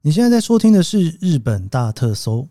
你现在在收听的是日本大特搜。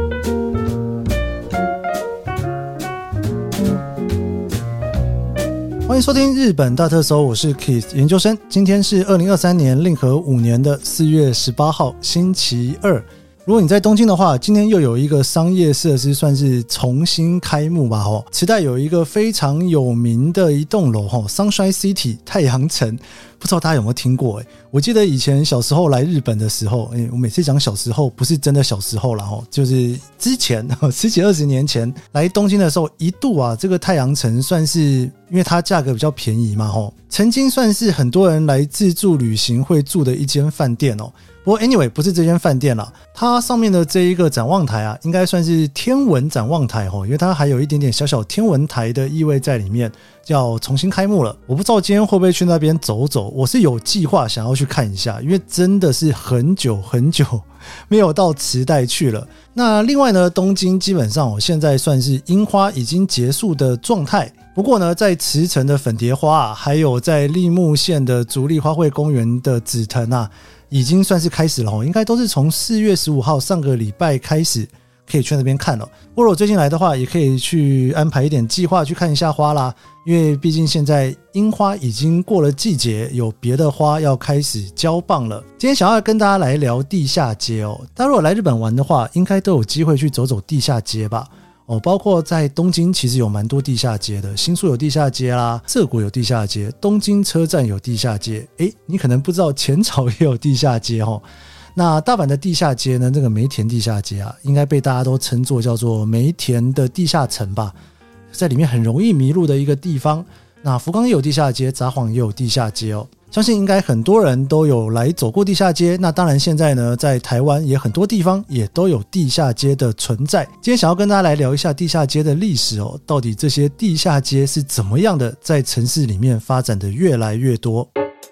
欢迎收听日本大特搜，我是 Keith 研究生。今天是2023年令和5年的4月18号星期二。如果你在东京的话，今天又有一个商业设施算是重新开幕吧。池袋有一个非常有名的一栋楼 Sunshine City 太阳城，不知道大家有没有听过。我记得以前小时候来日本的时候，我每次讲小时候不是真的小时候啦，就是之前十几20年前来东京的时候，一度啊这个太阳城算是因为它价格比较便宜嘛，曾经算是很多人来自助旅行会住的一间饭店哦。不过 anyway 不是这间饭店啦，它上面的这一个展望台啊，应该算是天文展望台因为它还有一点点小小天文台的意味在里面，要重新开幕了。我不知道今天会不会去那边走走，我是有计划想要去看一下，因为真的是很久很久没有到池袋去了。那另外呢，东京基本上现在算是樱花已经结束的状态。不过呢，在茨城的粉蝶花啊，还有在立木县的竹立花卉公园的紫藤啊，已经算是开始了，应该都是从4月15号上个礼拜开始可以去那边看了。如果最近来的话，也可以去安排一点计划去看一下花啦，因为毕竟现在樱花已经过了季节，有别的花要开始交棒了。今天想要跟大家来聊地下街大家如果来日本玩的话，应该都有机会去走走地下街吧。包括在东京其实有蛮多地下街的，新宿有地下街啦，涩谷有地下街，东京车站有地下街，你可能不知道浅草也有地下街那大阪的地下街呢，这个梅田地下街啊，应该被大家都称作叫做梅田的地下城吧，在里面很容易迷路的一个地方。那福冈也有地下街，札幌也有地下街相信应该很多人都有来走过地下街。那当然现在呢，在台湾也很多地方也都有地下街的存在。今天想要跟大家来聊一下地下街的历史到底这些地下街是怎么样的在城市里面发展的越来越多。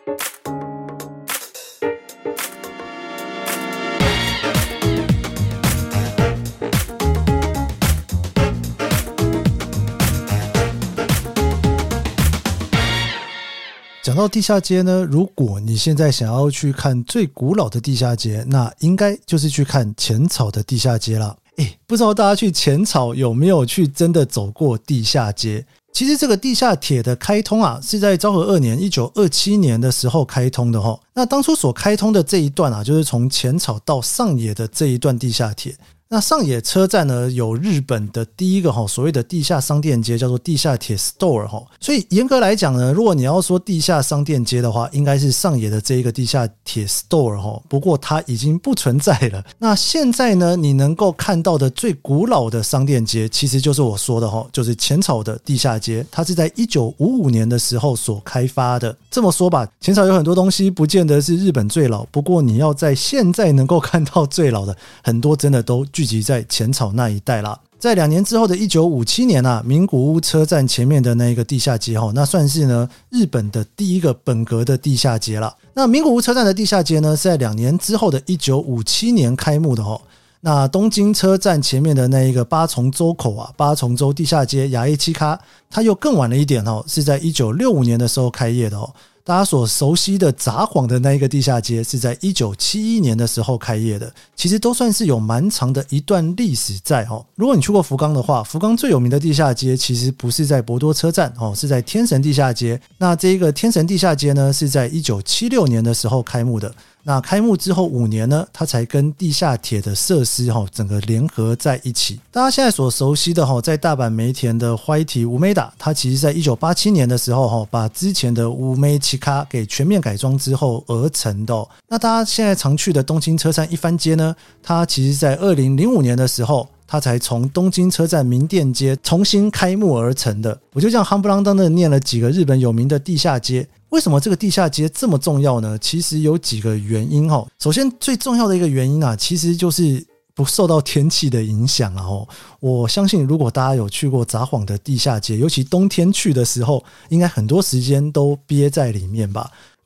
讲到地下街呢，如果你现在想要去看最古老的地下街，那应该就是去看浅草的地下街啦。不知道大家去浅草有没有去真的走过地下街？其实这个地下铁的开通啊，是在昭和2年1927年的时候开通的那当初所开通的这一段啊，就是从浅草到上野的这一段地下铁。那上野车站呢，有日本的第一个所谓的地下商店街，叫做地下铁 store 所以严格来讲呢，如果你要说地下商店街的话，应该是上野的这一个地下铁 store 不过它已经不存在了。那现在呢，你能够看到的最古老的商店街，其实就是我说的就是浅草的地下街，它是在1955年的时候所开发的。这么说吧，浅草有很多东西不见得是日本最老，不过你要在现在能够看到最老的，很多真的都聚集在浅草那一带啦。在2年之后的1957年啊，名古屋车站前面的那个地下街那算是呢日本的第一个本格的地下街啦。那名古屋车站的地下街呢，是在2年之后的1957年开幕的那东京车站前面的那一个八重洲口啊，八重洲地下街雅一七卡，它又更晚了一点是在1965年的时候开业的大家所熟悉的札幌的那一个地下街是在1971年的时候开业的，其实都算是有蛮长的一段历史在如果你去过福冈的话，福冈最有名的地下街其实不是在博多车站是在天神地下街。那这个天神地下街呢，是在1976年的时候开幕的。那开幕之后5年呢，它才跟地下铁的设施整个联合在一起。大家现在所熟悉的在大阪梅田的怀体乌梅达，它其实在1987年的时候把之前的乌梅奇卡给全面改装之后而成的那大家现在常去的东京车站一番街呢，它其实在2005年的时候，它才从东京车站名店街重新开幕而成的。我就这样夯不啷当的念了几个日本有名的地下街。为什么这个地下街这么重要呢？其实有几个原因首先最重要的一个原因啊，其实就是不受到天气的影响我相信如果大家有去过札幌的地下街，尤其冬天去的时候，应该很多时间都憋在里面吧。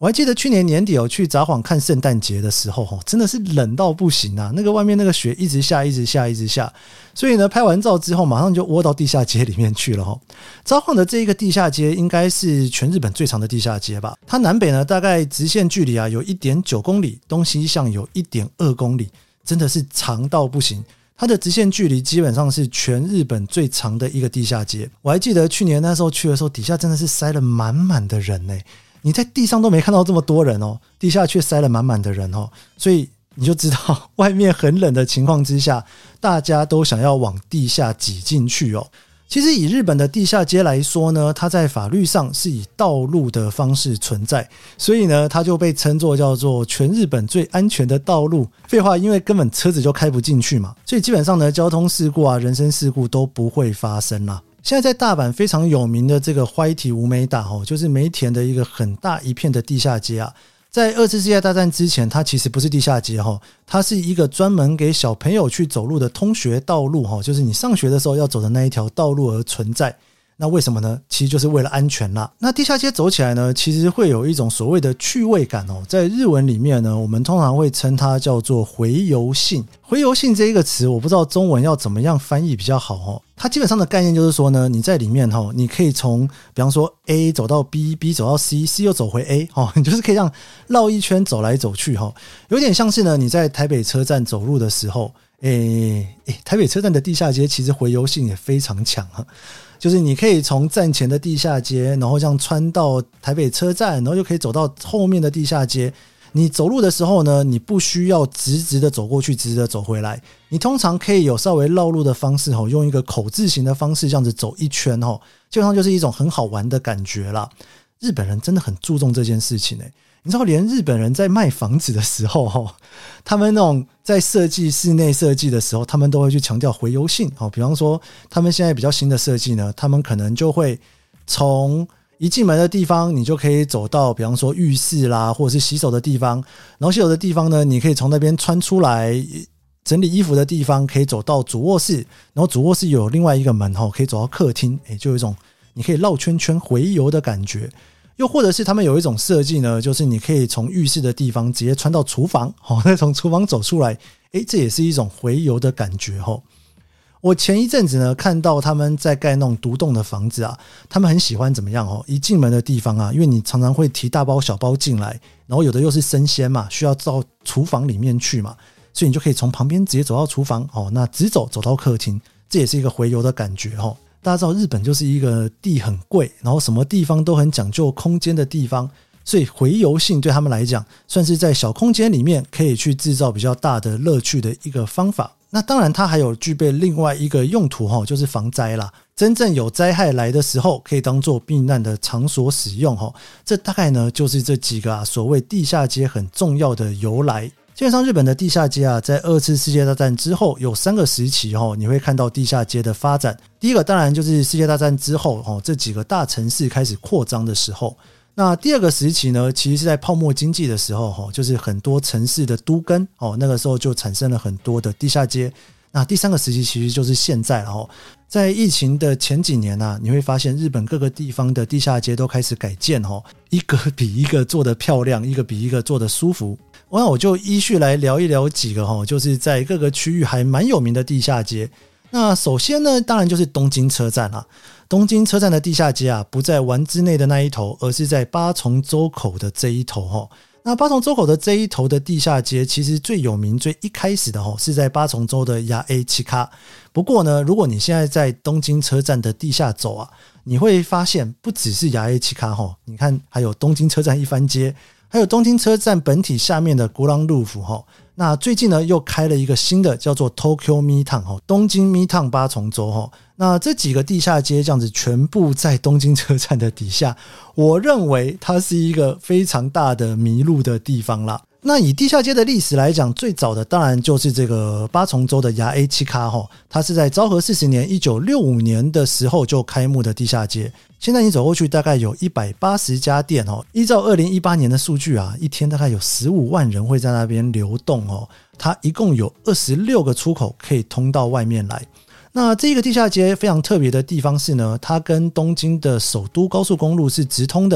我还记得去年年底去札幌看圣诞节的时候，真的是冷到不行啊！那个外面那个雪一直下，一直下，一直下，所以呢，拍完照之后马上就窝到地下街里面去了。札幌的这一个地下街应该是全日本最长的地下街吧？它南北呢大概直线距离有 1.9 公里，东西向有 1.2 公里，真的是长到不行。它的直线距离基本上是全日本最长的一个地下街。我还记得去年那时候去的时候，底下真的是塞了满满的人欸，你在地上都没看到这么多人哦，地下却塞了满满的人哦，所以你就知道外面很冷的情况之下，大家都想要往地下挤进去哦。其实以日本的地下街来说呢，它在法律上是以道路的方式存在，所以呢，它就被称作叫做全日本最安全的道路。废话，因为根本车子就开不进去嘛，所以基本上呢，交通事故人身事故都不会发生啦。现在在大阪非常有名的这个花体五美打就是梅田的一个很大一片的地下街在二次世界大战之前，它其实不是地下街它是一个专门给小朋友去走路的通学道路就是你上学的时候要走的那一条道路而存在。那为什么呢？其实就是为了安全啦。那地下街走起来呢，其实会有一种所谓的趣味感在日文里面呢，我们通常会称它叫做回游性。回游性这一个词，我不知道中文要怎么样翻译比较好它基本上的概念就是说呢，你在里面你可以从比方说 A 走到 B，B 走到 C，C 又走回 A 你就是可以这样绕一圈走来走去有点像是呢你在台北车站走路的时候，台北车站的地下街其实回游性也非常强就是你可以从站前的地下街，然后这样穿到台北车站，然后又可以走到后面的地下街。你走路的时候呢，你不需要直直的走过去，直直的走回来，你通常可以有稍微绕路的方式用一个口字形的方式这样子走一圈基本上就是一种很好玩的感觉啦。日本人真的很注重这件事情你知道连日本人在卖房子的时候他们那种在设计室内设计的时候，他们都会去强调回游性比方说他们现在比较新的设计呢，他们可能就会从一进门的地方你就可以走到比方说浴室啦，或者是洗手的地方，然后洗手的地方呢，你可以从那边穿出来，整理衣服的地方可以走到主卧室，然后主卧室有另外一个门可以走到客厅，就有一种你可以绕圈圈回游的感觉。又或者是他们有一种设计呢，就是你可以从浴室的地方直接穿到厨房再从厨房走出来，这也是一种回游的感觉我前一阵子呢看到他们在盖那种独栋的房子他们很喜欢怎么样一进门的地方因为你常常会提大包小包进来，然后有的又是生鲜嘛，需要到厨房里面去嘛，所以你就可以从旁边直接走到厨房那直走到客厅，这也是一个回游的感觉大家知道日本就是一个地很贵，然后什么地方都很讲究空间的地方，所以回游性对他们来讲算是在小空间里面可以去制造比较大的乐趣的一个方法。那当然它还有具备另外一个用途就是防灾啦，真正有灾害来的时候可以当作避难的场所使用这大概呢就是这几个所谓地下街很重要的由来。基本上日本的地下街在二次世界大战之后有3个时期你会看到地下街的发展。第一个当然就是世界大战之后这几个大城市开始扩张的时候。那第二个时期呢，其实是在泡沫经济的时候就是很多城市的都更那个时候就产生了很多的地下街。那第3个时期其实就是现在了在疫情的前几年你会发现日本各个地方的地下街都开始改建一个比一个做得漂亮，一个比一个做得舒服。那我就依序来聊一聊几个就是在各个区域还蛮有名的地下街。那首先呢，当然就是东京车站啦。东京车站的地下街不在丸之内的那一头，而是在八重洲口的这一头那八重洲口的这一头的地下街其实最有名最一开始的是在八重洲的亚 A 七卡。不过呢，如果你现在在东京车站的地下走你会发现不只是亚 A 七卡你看还有东京车站一番街，还有东京车站本体下面的国浪路府那最近呢又开了一个新的叫做 Tokyo Midtown 东京 Midtown 八重洲那这几个地下街这样子全部在东京车站的底下，我认为它是一个非常大的迷路的地方啦。那以地下街的历史来讲，最早的当然就是这个八重洲的亚 A 七卡它是在昭和40年1965年的时候就开幕的地下街。现在你走过去大概有180家店依照2018年的数据一天大概有15万人会在那边流动它一共有26个出口可以通到外面来。那这个地下街非常特别的地方是呢，它跟东京的首都高速公路是直通的。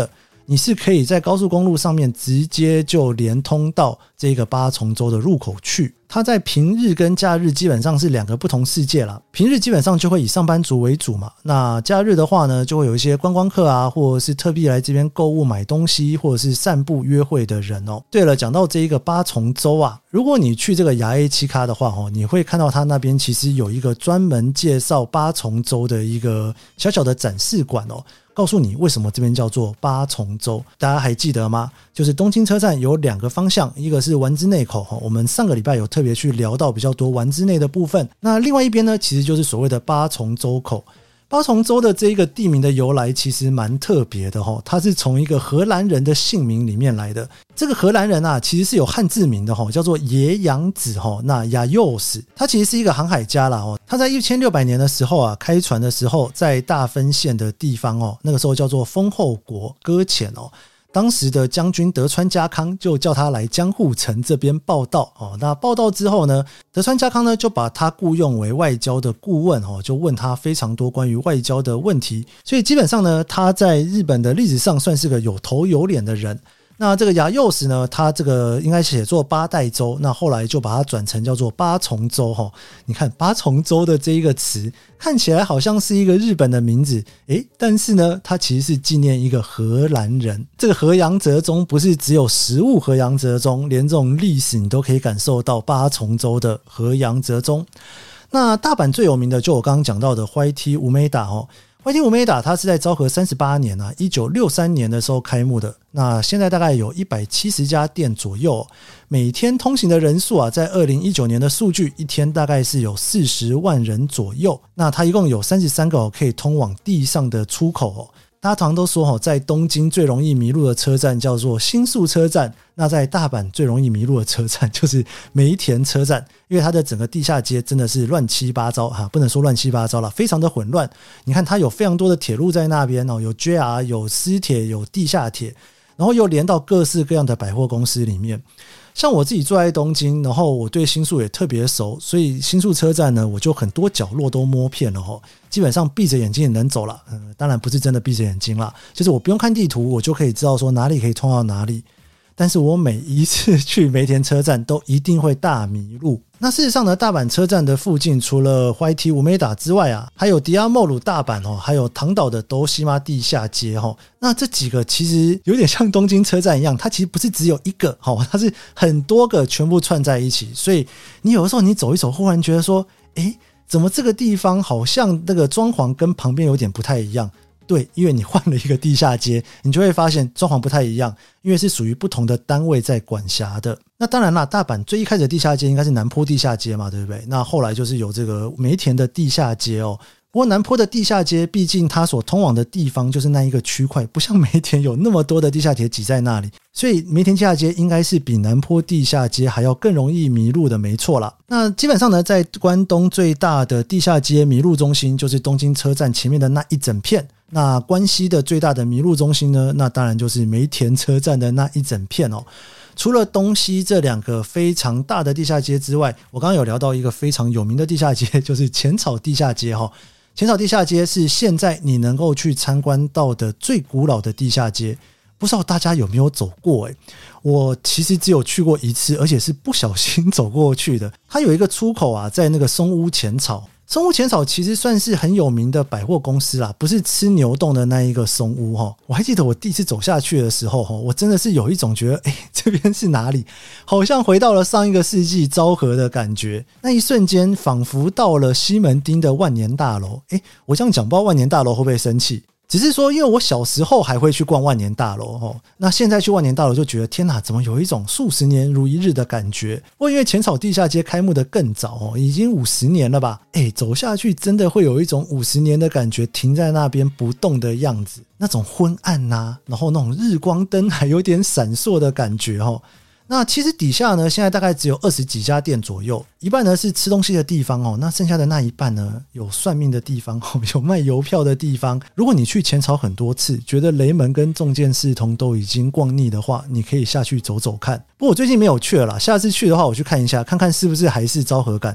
你是可以在高速公路上面直接就连通到这个八重洲的入口去。它在平日跟假日基本上是两个不同世界啦。平日基本上就会以上班族为主嘛，那假日的话呢，就会有一些观光客啊，或者是特地来这边购物买东西，或者是散步约会的人哦。对了，讲到这一个八重洲啊，如果你去这个雅 A 七咖的话哦，你会看到它那边其实有一个专门介绍八重洲的一个小小的展示馆哦，告诉你为什么这边叫做八重洲。大家还记得吗？就是东京车站有两个方向，一个是丸之内口，我们上个礼拜有特别去聊到比较多丸之内的部分，那另外一边呢，其实就是所谓的八重洲口。八重洲的这个地名的由来其实蛮特别的，它是从一个荷兰人的姓名里面来的。这个荷兰人啊，其实是有汉字名的，叫做野洋子，那亚佑斯，他其实是一个航海家啦。他在1600年的时候啊，开船的时候在大分县的地方，那个时候叫做丰后国搁浅。当时的将军德川家康就叫他来江户城这边报道。那报道之后呢，德川家康呢就把他雇用为外交的顾问，就问他非常多关于外交的问题。所以基本上呢，他在日本的历史上算是个有头有脸的人。那这个亚佑斯呢，他这个应该写作八代洲，那后来就把它转成叫做八重洲。你看八重洲的这一个词看起来好像是一个日本的名字，但是呢，它其实是纪念一个荷兰人。这个河阳折中不是只有食物河阳折中，连这种历史你都可以感受到八重洲的河阳折中。那大阪最有名的就我刚刚讲到的 YT 五美打YT 五美打它是在昭和38年啊1963年的时候开幕的。那现在大概有170家店左右，每天通行的人数啊，在2019年的数据一天大概是有40万人左右。那它一共有33个可以通往地上的出口。大家常常都说在东京最容易迷路的车站叫做新宿车站，那在大阪最容易迷路的车站就是梅田车站，因为它的整个地下街真的是乱七八糟，不能说乱七八糟啦，非常的混乱。你看它有非常多的铁路在那边，有 JR 有私铁有地下铁，然后又连到各式各样的百货公司里面。像我自己住在东京，然后我对新宿也特别熟，所以新宿车站呢，我就很多角落都摸遍了，基本上闭着眼睛也能走了。当然不是真的闭着眼睛啦，就是我不用看地图，我就可以知道说哪里可以通到哪里。但是我每一次去梅田车站都一定会大迷路。那事实上呢，大阪车站的附近除了 YT 五美打之外啊，还有迪亚莫鲁大阪还有唐岛的都西妈地下街。那这几个其实有点像东京车站一样，它其实不是只有一个，它是很多个全部串在一起。所以你有的时候你走一走，忽然觉得说怎么这个地方好像那个装潢跟旁边有点不太一样。对，因为你换了一个地下街，你就会发现装潢不太一样，因为是属于不同的单位在管辖的。那当然啦，大阪最一开始的地下街应该是南坡地下街嘛，对不对？那后来就是有这个梅田的地下街不过南坡的地下街毕竟它所通往的地方就是那一个区块，不像梅田有那么多的地下铁挤在那里，所以梅田地下街应该是比南坡地下街还要更容易迷路的，没错啦。那基本上呢，在关东最大的地下街迷路中心就是东京车站前面的那一整片。那关西的最大的迷路中心呢，那当然就是梅田车站的那一整片除了东西这两个非常大的地下街之外，我刚刚有聊到一个非常有名的地下街，就是浅草地下街浅草地下街是现在你能够去参观到的最古老的地下街。不知道大家有没有走过我其实只有去过一次，而且是不小心走过去的。它有一个出口啊，在那个松屋浅草。松屋浅草其实算是很有名的百货公司啦，不是吃牛洞的那一个松屋我还记得我第一次走下去的时候我真的是有一种觉得这边是哪里，好像回到了上一个世纪昭和的感觉。那一瞬间仿佛到了西门町的万年大楼。我这样讲不知道万年大楼会不会生气，只是说因为我小时候还会去逛万年大楼那现在去万年大楼就觉得天哪，怎么有一种数十年如一日的感觉。不过因为浅草地下街开幕的更早已经50年了吧，走下去真的会有一种50年的感觉，停在那边不动的样子，那种昏暗然后那种日光灯还有点闪烁的感觉那其实底下呢，现在大概只有20几家店左右，一半呢是吃东西的地方那剩下的那一半呢，有算命的地方有卖邮票的地方。如果你去浅草很多次，觉得雷门跟重建四通都已经逛腻的话，你可以下去走走看。不过我最近没有去了啦，下次去的话我去看一下，看看是不是还是昭和感。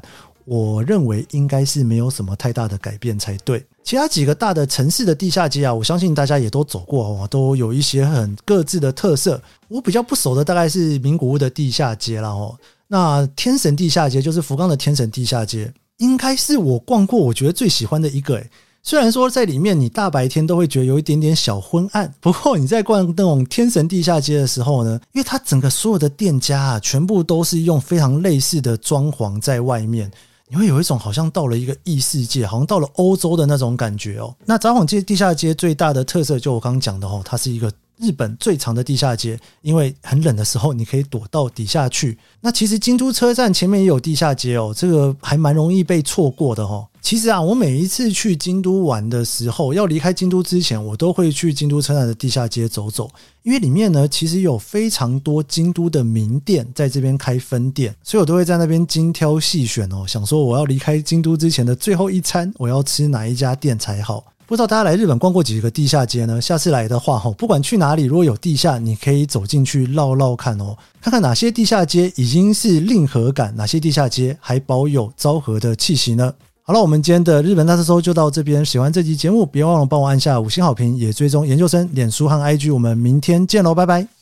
我认为应该是没有什么太大的改变才对。其他几个大的城市的地下街啊，我相信大家也都走过都有一些很各自的特色。我比较不熟的大概是名古屋的地下街啦那天神地下街就是福冈的天神地下街，应该是我逛过我觉得最喜欢的一个虽然说在里面你大白天都会觉得有一点点小昏暗，不过你在逛那种天神地下街的时候呢，因为它整个所有的店家全部都是用非常类似的装潢在外面，你会有一种好像到了一个异世界，好像到了欧洲的那种感觉那札幌地下街最大的特色就我刚刚讲的它是一个日本最长的地下街，因为很冷的时候你可以躲到底下去。那其实京都车站前面也有地下街这个还蛮容易被错过的其实我每一次去京都玩的时候，要离开京都之前，我都会去京都车站的地下街走走，因为里面呢其实有非常多京都的名店在这边开分店，所以我都会在那边精挑细选想说我要离开京都之前的最后一餐，我要吃哪一家店才好。不知道大家来日本逛过几个地下街呢？下次来的话不管去哪里，如果有地下，你可以走进去绕绕看看看哪些地下街已经是令和感，哪些地下街还保有昭和的气息呢？好了，我们今天的日本大特搜就到这边。喜欢这集节目别忘了帮我按下5星好评，也追踪研究生脸书和 IG。我们明天见咯，拜拜。